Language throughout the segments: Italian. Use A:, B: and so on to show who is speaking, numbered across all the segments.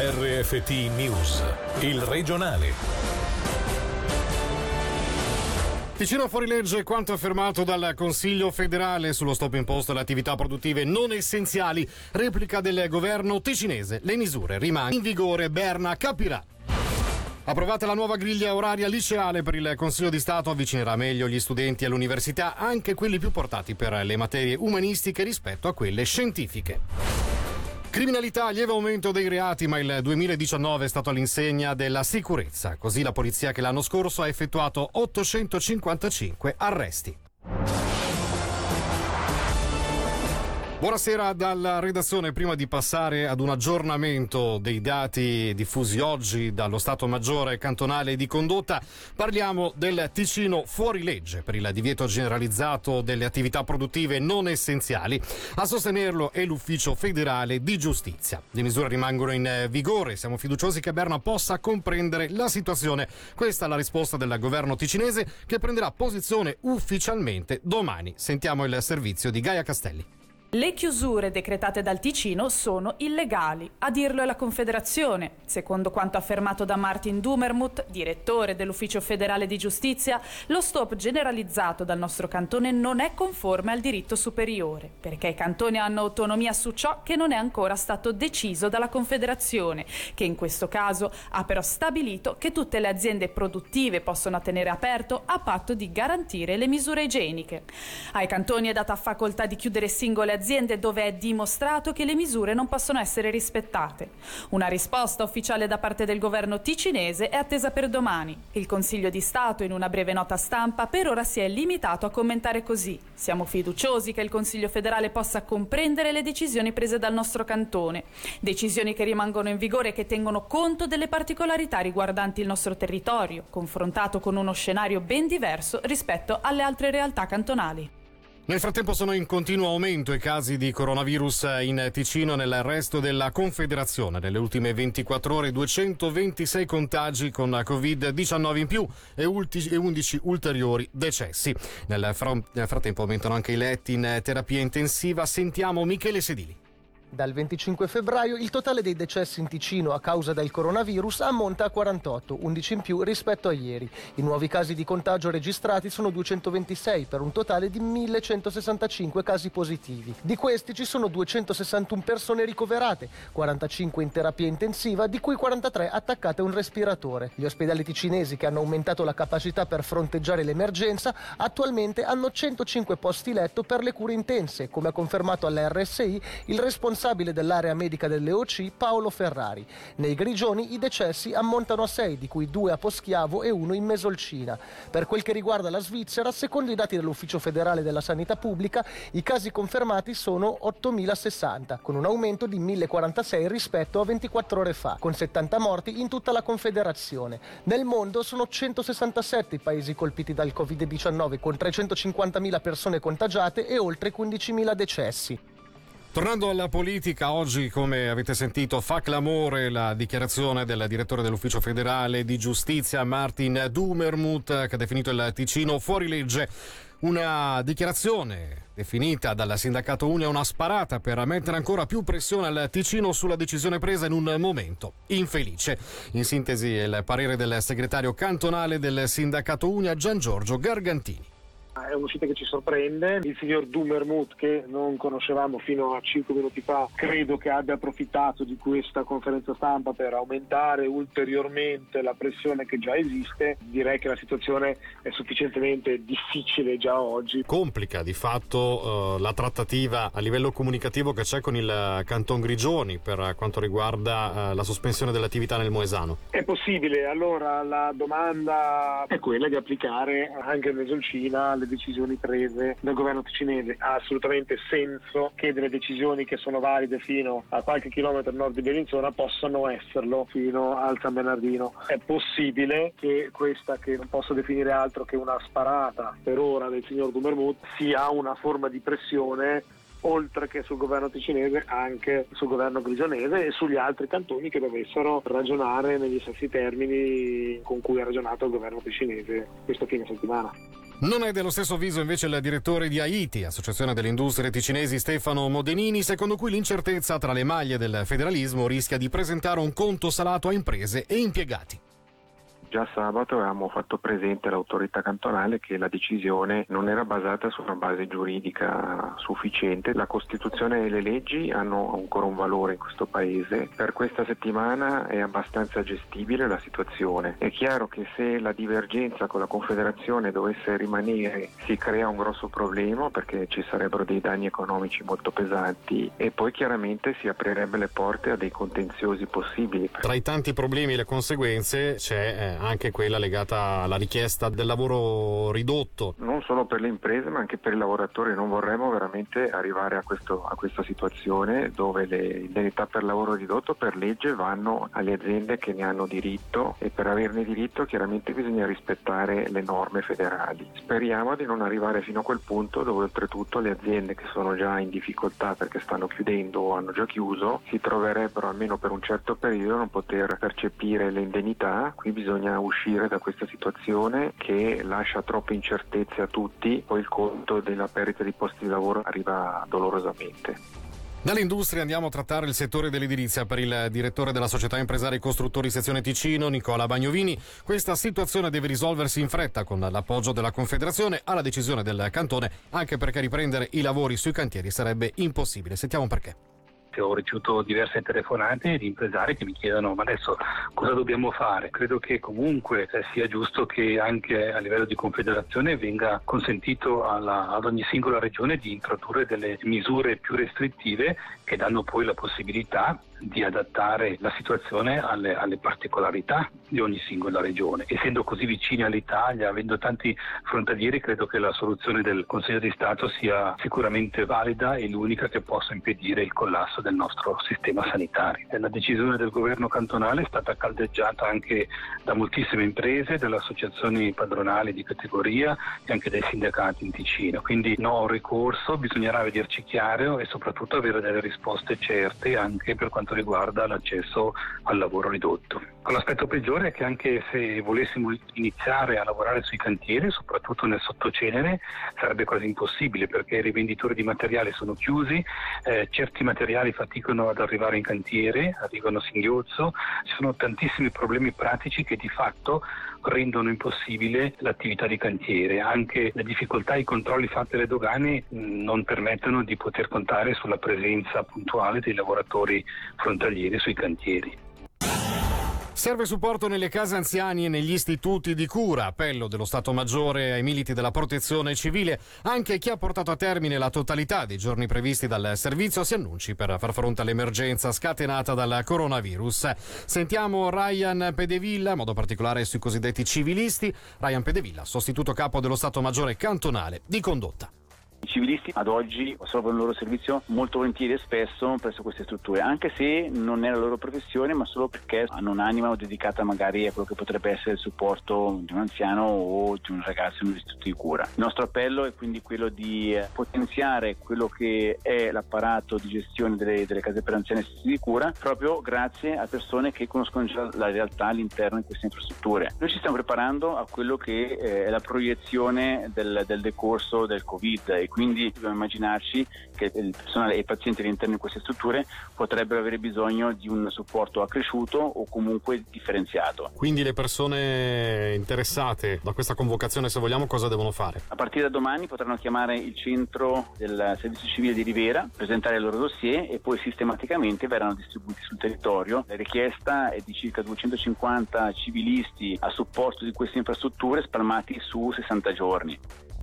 A: RFT News, il regionale.
B: Ticino fuorilegge quanto affermato dal Consiglio federale sullo stop imposto alle attività produttive non essenziali. Replica del governo ticinese. Le misure rimangono in vigore, Berna capirà. Approvata la nuova griglia oraria liceale per il Consiglio di Stato, avvicinerà meglio gli studenti all'università, anche quelli più portati per le materie umanistiche rispetto a quelle scientifiche. Criminalità, lieve aumento dei reati, ma il 2019 è stato all'insegna della sicurezza. Così la polizia che l'anno scorso ha effettuato 855 arresti. Buonasera dalla redazione. Prima di passare ad un aggiornamento dei dati diffusi oggi dallo Stato Maggiore Cantonale di Condotta, parliamo del Ticino fuorilegge per il divieto generalizzato delle attività produttive non essenziali. A sostenerlo è l'Ufficio Federale di Giustizia. Le misure rimangono in vigore. Siamo fiduciosi che Berna possa comprendere la situazione. Questa è la risposta del governo ticinese, che prenderà posizione ufficialmente domani. Sentiamo il servizio di Gaia Castelli.
C: Le chiusure decretate dal Ticino sono illegali, a dirlo è la Confederazione. Secondo quanto affermato da Martin Dumermuth, direttore dell'Ufficio Federale di Giustizia, lo stop generalizzato dal nostro cantone non è conforme al diritto superiore, perché i cantoni hanno autonomia su ciò che non è ancora stato deciso dalla Confederazione, che in questo caso ha però stabilito che tutte le aziende produttive possono tenere aperto a patto di garantire le misure igieniche. Ai cantoni è data facoltà di chiudere singole aziende dove è dimostrato che le misure non possono essere rispettate. Una risposta ufficiale da parte del governo ticinese è attesa per domani. Il Consiglio di Stato, in una breve nota stampa, per ora si è limitato a commentare così: siamo fiduciosi che il Consiglio federale possa comprendere le decisioni prese dal nostro cantone, decisioni che rimangono in vigore e che tengono conto delle particolarità riguardanti il nostro territorio, confrontato con uno scenario ben diverso rispetto alle altre realtà cantonali.
B: Nel frattempo sono in continuo aumento i casi di coronavirus in Ticino e nel resto della Confederazione. Nelle ultime 24 ore 226 contagi con Covid-19 in più e 11 ulteriori decessi. Nel frattempo aumentano anche i letti in terapia intensiva. Sentiamo Michele Sedili.
D: Dal 25 febbraio il totale dei decessi in Ticino a causa del coronavirus ammonta a 48, 11 in più rispetto a ieri. I nuovi casi di contagio registrati sono 226 per un totale di 1165 casi positivi. Di questi ci sono 261 persone ricoverate, 45 in terapia intensiva, di cui 43 attaccate a un respiratore. Gli ospedali ticinesi, che hanno aumentato la capacità per fronteggiare l'emergenza, attualmente hanno 105 posti letto per le cure intense, come ha confermato alla RSI il responsabile dell'area medica delle OC, Paolo Ferrari. Nei Grigioni i decessi ammontano a 6, di cui 2 a Poschiavo e 1 in Mesolcina. Per quel che riguarda la Svizzera, secondo i dati dell'Ufficio Federale della Sanità Pubblica, i casi confermati sono 8.060, con un aumento di 1.046 rispetto a 24 ore fa, con 70 morti in tutta la Confederazione. Nel mondo sono 167 i paesi colpiti dal Covid-19, con 350.000 persone contagiate e oltre 15.000 decessi.
B: Tornando alla politica, oggi, come avete sentito, fa clamore la dichiarazione del direttore dell'Ufficio Federale di Giustizia, Martin Dumermuth, che ha definito il Ticino fuorilegge. Una dichiarazione definita dal sindacato Unia una sparata per mettere ancora più pressione al Ticino sulla decisione presa in un momento infelice. In sintesi, il parere del segretario cantonale del sindacato Unia, Gian Giorgio Gargantini.
E: È un'uscita che ci sorprende. Il signor Dumermuth, che non conoscevamo fino a 5 minuti fa, credo che abbia approfittato di questa conferenza stampa per aumentare ulteriormente la pressione che già esiste. Direi che la situazione è sufficientemente difficile già oggi.
B: Complica di fatto la trattativa a livello comunicativo che c'è con il Canton Grigioni per quanto riguarda la sospensione dell'attività nel Moesano.
E: È possibile. Allora la domanda è quella di applicare anche in Mesolcina le decisioni prese dal governo ticinese. Ha assolutamente senso che delle decisioni che sono valide fino a qualche chilometro nord di Bellinzona possano esserlo fino al San Bernardino. È possibile che questa, che non posso definire altro che una sparata per ora del signor Dumermuth, sia una forma di pressione oltre che sul governo ticinese anche sul governo grigionese e sugli altri cantoni che dovessero ragionare negli stessi termini con cui ha ragionato il governo ticinese questo fine settimana.
B: Non è dello stesso avviso invece il direttore di AITI, Associazione delle Industrie Ticinesi, Stefano Modenini, secondo cui l'incertezza tra le maglie del federalismo rischia di presentare un conto salato a imprese e impiegati.
F: Già sabato avevamo fatto presente all'autorità cantonale che la decisione non era basata su una base giuridica sufficiente. La Costituzione e le leggi hanno ancora un valore in questo Paese. Per questa settimana è abbastanza gestibile la situazione. È chiaro che se la divergenza con la Confederazione dovesse rimanere si crea un grosso problema perché ci sarebbero dei danni economici molto pesanti e poi chiaramente si aprirebbe le porte a dei contenziosi possibili.
B: Tra i tanti problemi e le conseguenze c'è anche quella legata alla richiesta del lavoro ridotto.
F: Non solo per le imprese ma anche per i lavoratori. Non vorremmo veramente arrivare a questa situazione dove le indennità per lavoro ridotto per legge vanno alle aziende che ne hanno diritto e per averne diritto chiaramente bisogna rispettare le norme federali. Speriamo di non arrivare fino a quel punto dove oltretutto le aziende che sono già in difficoltà perché stanno chiudendo o hanno già chiuso si troverebbero almeno per un certo periodo a non poter percepire le indennità. Qui bisogna uscire da questa situazione che lascia troppe incertezze a tutti, poi il conto della perdita di posti di lavoro arriva dolorosamente.
B: Dall'industria andiamo a trattare il settore dell'edilizia per il direttore della società impresari costruttori sezione Ticino, Nicola Bagnovini. Questa situazione deve risolversi in fretta con l'appoggio della Confederazione alla decisione del cantone, anche perché riprendere i lavori sui cantieri sarebbe impossibile. Sentiamo perché.
G: Ho ricevuto diverse telefonate di impresari che mi chiedono ma adesso cosa dobbiamo fare? Credo che comunque sia giusto che anche a livello di confederazione venga consentito ad ogni singola regione di introdurre delle misure più restrittive che danno poi la possibilità di adattare la situazione alle particolarità di ogni singola regione. Essendo così vicini all'Italia, avendo tanti frontalieri, credo che la soluzione del Consiglio di Stato sia sicuramente valida e l'unica che possa impedire il collasso del nostro sistema sanitario. La decisione del governo cantonale è stata caldeggiata anche da moltissime imprese, dalle associazioni padronali di categoria e anche dai sindacati in Ticino. Quindi no ricorso, bisognerà vederci chiaro e soprattutto avere delle risposte certe anche per quanto riguarda l'accesso al lavoro ridotto. L'aspetto peggiore è che anche se volessimo iniziare a lavorare sui cantieri, soprattutto nel sottocenere, sarebbe quasi impossibile perché i rivenditori di materiale sono chiusi, certi materiali faticano ad arrivare in cantiere, arrivano a singhiozzo, ci sono tantissimi problemi pratici che di fatto rendono impossibile l'attività di cantiere. Anche le difficoltà e i controlli fatti alle dogane non permettono di poter contare sulla presenza puntuale dei lavoratori frontalieri sui cantieri.
B: Serve supporto nelle case anziani e negli istituti di cura. Appello dello Stato Maggiore ai militi della Protezione Civile. Anche chi ha portato a termine la totalità dei giorni previsti dal servizio si annunci per far fronte all'emergenza scatenata dal coronavirus. Sentiamo Ryan Pedevilla, in modo particolare sui cosiddetti civilisti. Ryan Pedevilla, sostituto capo dello Stato Maggiore cantonale di Condotta.
H: I civilisti ad oggi osservano il loro servizio molto volentieri e spesso presso queste strutture, anche se non è la loro professione, ma solo perché hanno un'anima dedicata magari a quello che potrebbe essere il supporto di un anziano o di un ragazzo in un istituto di cura. Il nostro appello è quindi quello di potenziare quello che è l'apparato di gestione delle case per anziani e istituti di cura, proprio grazie a persone che conoscono già la realtà all'interno di queste infrastrutture. Noi ci stiamo preparando a quello che è la proiezione del decorso del Covid e quindi dobbiamo immaginarci che il personale e i pazienti all'interno di queste strutture potrebbero avere bisogno di un supporto accresciuto o comunque differenziato.
B: Quindi le persone interessate da questa convocazione, se vogliamo, cosa devono fare?
H: A partire da domani potranno chiamare il centro del servizio civile di Rivera, presentare il loro dossier e poi sistematicamente verranno distribuiti sul territorio. La richiesta è di circa 250 civilisti a supporto di queste infrastrutture spalmati su 60 giorni.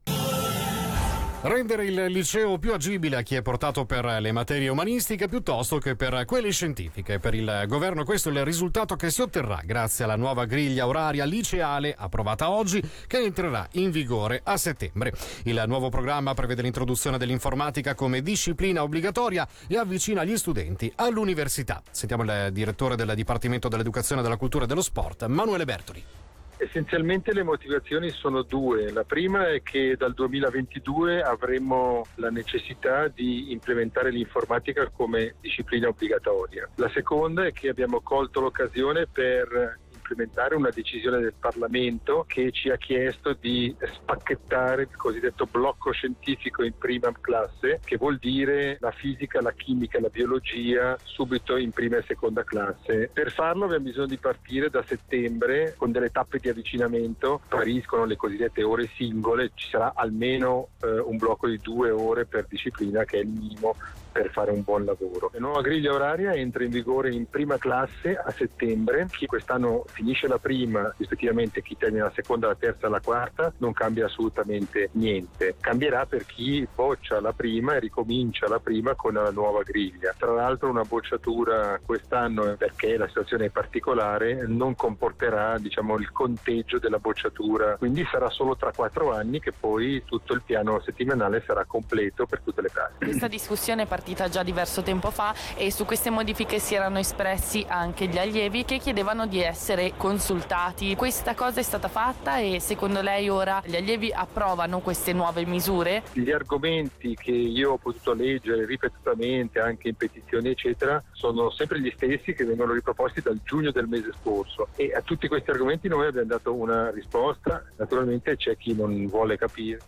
B: Rendere il liceo più agibile a chi è portato per le materie umanistiche piuttosto che per quelle scientifiche. Per il governo questo è il risultato che si otterrà grazie alla nuova griglia oraria liceale approvata oggi, che entrerà in vigore a settembre. Il nuovo programma prevede l'introduzione dell'informatica come disciplina obbligatoria e avvicina gli studenti all'università. Sentiamo il direttore del Dipartimento dell'Educazione, della Cultura e dello Sport, Manuele Bertoli.
I: Essenzialmente le motivazioni sono due. La prima è che dal 2022 avremo la necessità di implementare l'informatica come disciplina obbligatoria. La seconda è che abbiamo colto l'occasione per implementare una decisione del Parlamento che ci ha chiesto di spacchettare il cosiddetto blocco scientifico in prima classe, che vuol dire la fisica, la chimica e la biologia subito in prima e seconda classe. Per farlo abbiamo bisogno di partire da settembre con delle tappe di avvicinamento, spariscono le cosiddette ore singole, ci sarà almeno un blocco di 2 ore per disciplina, che è il minimo per fare un buon lavoro. La nuova griglia oraria entra in vigore in prima classe a settembre. Chi quest'anno finisce la prima, rispettivamente chi termina la seconda, la terza e la quarta, non cambia assolutamente niente. Cambierà per chi boccia la prima e ricomincia la prima con la nuova griglia. Tra l'altro una bocciatura quest'anno, perché la situazione è particolare, non comporterà il conteggio della bocciatura, quindi sarà solo tra 4 anni che poi tutto il piano settimanale sarà completo per tutte le classi.
J: Questa discussione è partita già diverso tempo fa e su queste modifiche si erano espressi anche gli allievi che chiedevano di essere consultati. Questa cosa è stata fatta e secondo lei ora gli allievi approvano queste nuove misure?
I: Gli argomenti che io ho potuto leggere ripetutamente anche in petizioni eccetera sono sempre gli stessi che vengono riproposti dal giugno del mese scorso, e a tutti questi argomenti noi abbiamo dato una risposta. Naturalmente c'è chi non vuole capire.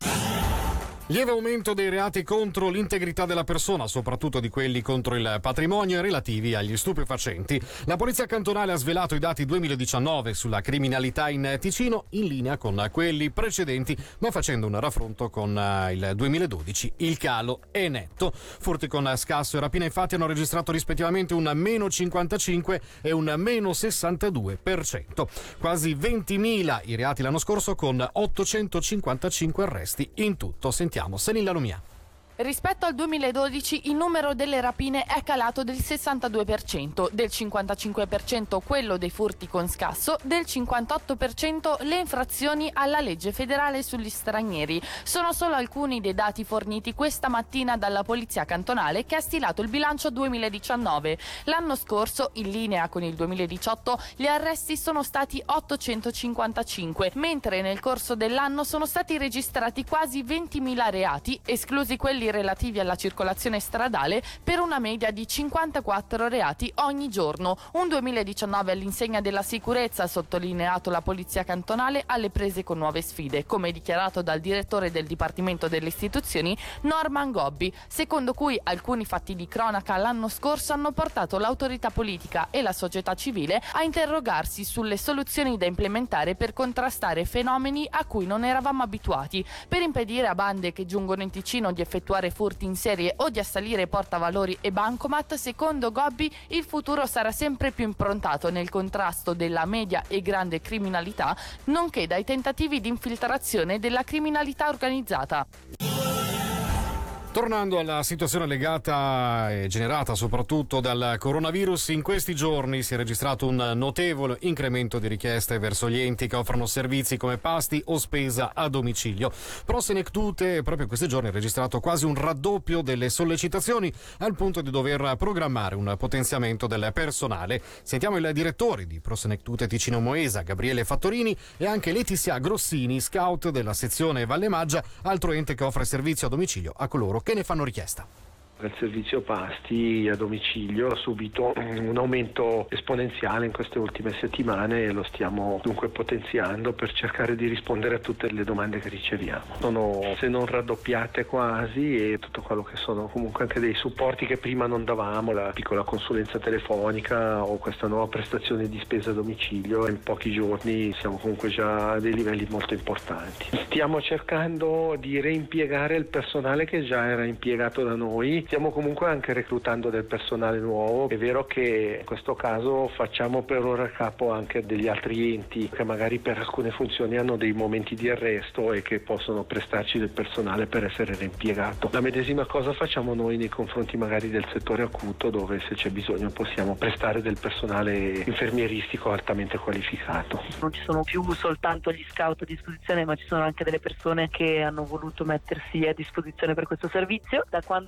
B: Lieve aumento dei reati contro l'integrità della persona, soprattutto di quelli contro il patrimonio e relativi agli stupefacenti. La Polizia Cantonale ha svelato i dati 2019 sulla criminalità in Ticino, in linea con quelli precedenti, ma facendo un raffronto con il 2012. Il calo è netto. Furti con scasso e rapina infatti hanno registrato rispettivamente un meno 55 e un meno 62%. Quasi 20.000 i reati l'anno scorso, con 855 arresti in tutto. Sentiamo Senilla Lumia.
J: Rispetto al 2012 il numero delle rapine è calato del 62%, del 55% quello dei furti con scasso, del 58% le infrazioni alla legge federale sugli stranieri. Sono solo alcuni dei dati forniti questa mattina dalla Polizia Cantonale, che ha stilato il bilancio 2019. L'anno scorso, in linea con il 2018, gli arresti sono stati 855, mentre nel corso dell'anno sono stati registrati quasi 20.000 reati, esclusi quelli relativi alla circolazione stradale, per una media di 54 reati ogni giorno. Un 2019 all'insegna della sicurezza, ha sottolineato la Polizia Cantonale, alle prese con nuove sfide, come dichiarato dal direttore del Dipartimento delle Istituzioni, Norman Gobbi, secondo cui alcuni fatti di cronaca l'anno scorso hanno portato l'autorità politica e la società civile a interrogarsi sulle soluzioni da implementare per contrastare fenomeni a cui non eravamo abituati, per impedire a bande che giungono in Ticino di effettuare furti in serie o di assalire portavalori e bancomat. Secondo Gobbi, il futuro sarà sempre più improntato nel contrasto della media e grande criminalità, nonché dai tentativi di infiltrazione della criminalità organizzata.
B: Tornando alla situazione legata e generata soprattutto dal coronavirus, in questi giorni si è registrato un notevole incremento di richieste verso gli enti che offrono servizi come pasti o spesa a domicilio. Prosenectute proprio in questi giorni ha registrato quasi un raddoppio delle sollecitazioni, al punto di dover programmare un potenziamento del personale. Sentiamo il direttore di Prosenectute Ticino Moesa, Gabriele Fattorini, e anche Letizia Grossini, scout della sezione Valle Maggia, altro ente che offre servizio a domicilio a coloro che ne fanno richiesta.
K: Il servizio pasti a domicilio ha subito un aumento esponenziale in queste ultime settimane e lo stiamo dunque potenziando per cercare di rispondere a tutte le domande che riceviamo. Sono, se non raddoppiate quasi, e tutto quello che sono comunque anche dei supporti che prima non davamo, la piccola consulenza telefonica o questa nuova prestazione di spesa a domicilio. In pochi giorni siamo comunque già a dei livelli molto importanti. Stiamo cercando di reimpiegare il personale che già era impiegato da noi. Stiamo comunque anche reclutando del personale nuovo. È vero che in questo caso facciamo per ora capo anche degli altri enti che magari per alcune funzioni hanno dei momenti di arresto e che possono prestarci del personale per essere reimpiegato. La medesima cosa facciamo noi nei confronti magari del settore acuto, dove se c'è bisogno possiamo prestare del personale infermieristico altamente qualificato.
L: Non ci sono più soltanto gli scout a disposizione, ma ci sono anche delle persone che hanno voluto mettersi a disposizione per questo servizio. Da quando abbiamo lanciato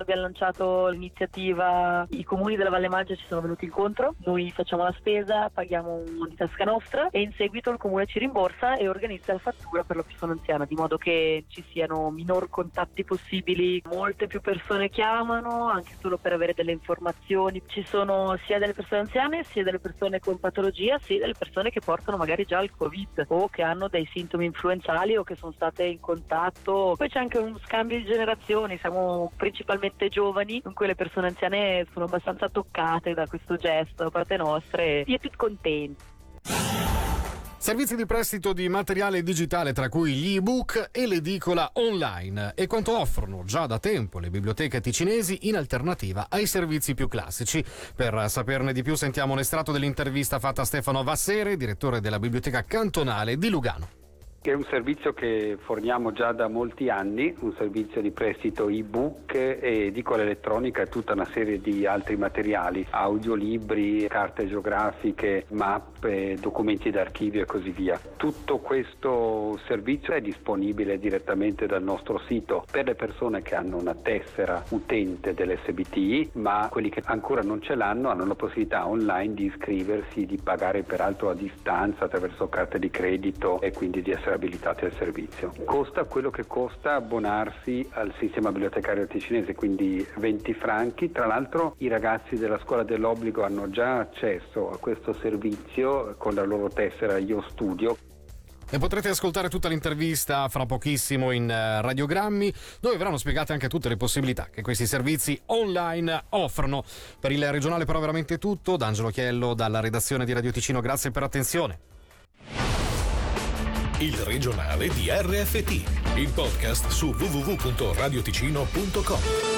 L: lanciato l'iniziativa, i comuni della Valle Maggia ci sono venuti incontro, noi facciamo la spesa, paghiamo di tasca nostra e in seguito il comune ci rimborsa e organizza la fattura per la persona anziana, di modo che ci siano minor contatti possibili. Molte più persone chiamano anche solo per avere delle informazioni. Ci sono sia delle persone anziane sia delle persone con patologia, sia delle persone che portano magari già il Covid o che hanno dei sintomi influenzali o che sono state in contatto. Poi c'è anche uno scambio di generazioni, siamo principalmente giovani, dunque le persone anziane sono abbastanza toccate da questo gesto da parte nostra e si è più contenti.
B: Servizi di prestito di materiale digitale, tra cui gli ebook e l'edicola online, e quanto offrono già da tempo le biblioteche ticinesi in alternativa ai servizi più classici. Per saperne di più sentiamo un estratto dell'intervista fatta a Stefano Vassere, direttore della Biblioteca Cantonale di Lugano.
M: È un servizio che forniamo già da molti anni, un servizio di prestito ebook e edicola elettronica e tutta una serie di altri materiali, audiolibri, carte geografiche, mappe, documenti d'archivio e così via. Tutto questo servizio è disponibile direttamente dal nostro sito per le persone che hanno una tessera utente dell'SBTI, ma quelli che ancora non ce l'hanno hanno la possibilità online di iscriversi, di pagare peraltro a distanza attraverso carte di credito e quindi di essere abilitati al servizio. Costa quello che costa abbonarsi al sistema bibliotecario ticinese, quindi 20 franchi. Tra l'altro i ragazzi della scuola dell'obbligo hanno già accesso a questo servizio con la loro tessera Io Studio.
B: E potrete ascoltare tutta l'intervista fra pochissimo in radiogrammi, dove verranno spiegate anche tutte le possibilità che questi servizi online offrono. Per il regionale però veramente tutto. D'Angelo Chiello dalla redazione di Radio Ticino, grazie per l'attenzione.
A: Il regionale di RFT, il podcast su www.radioticino.com.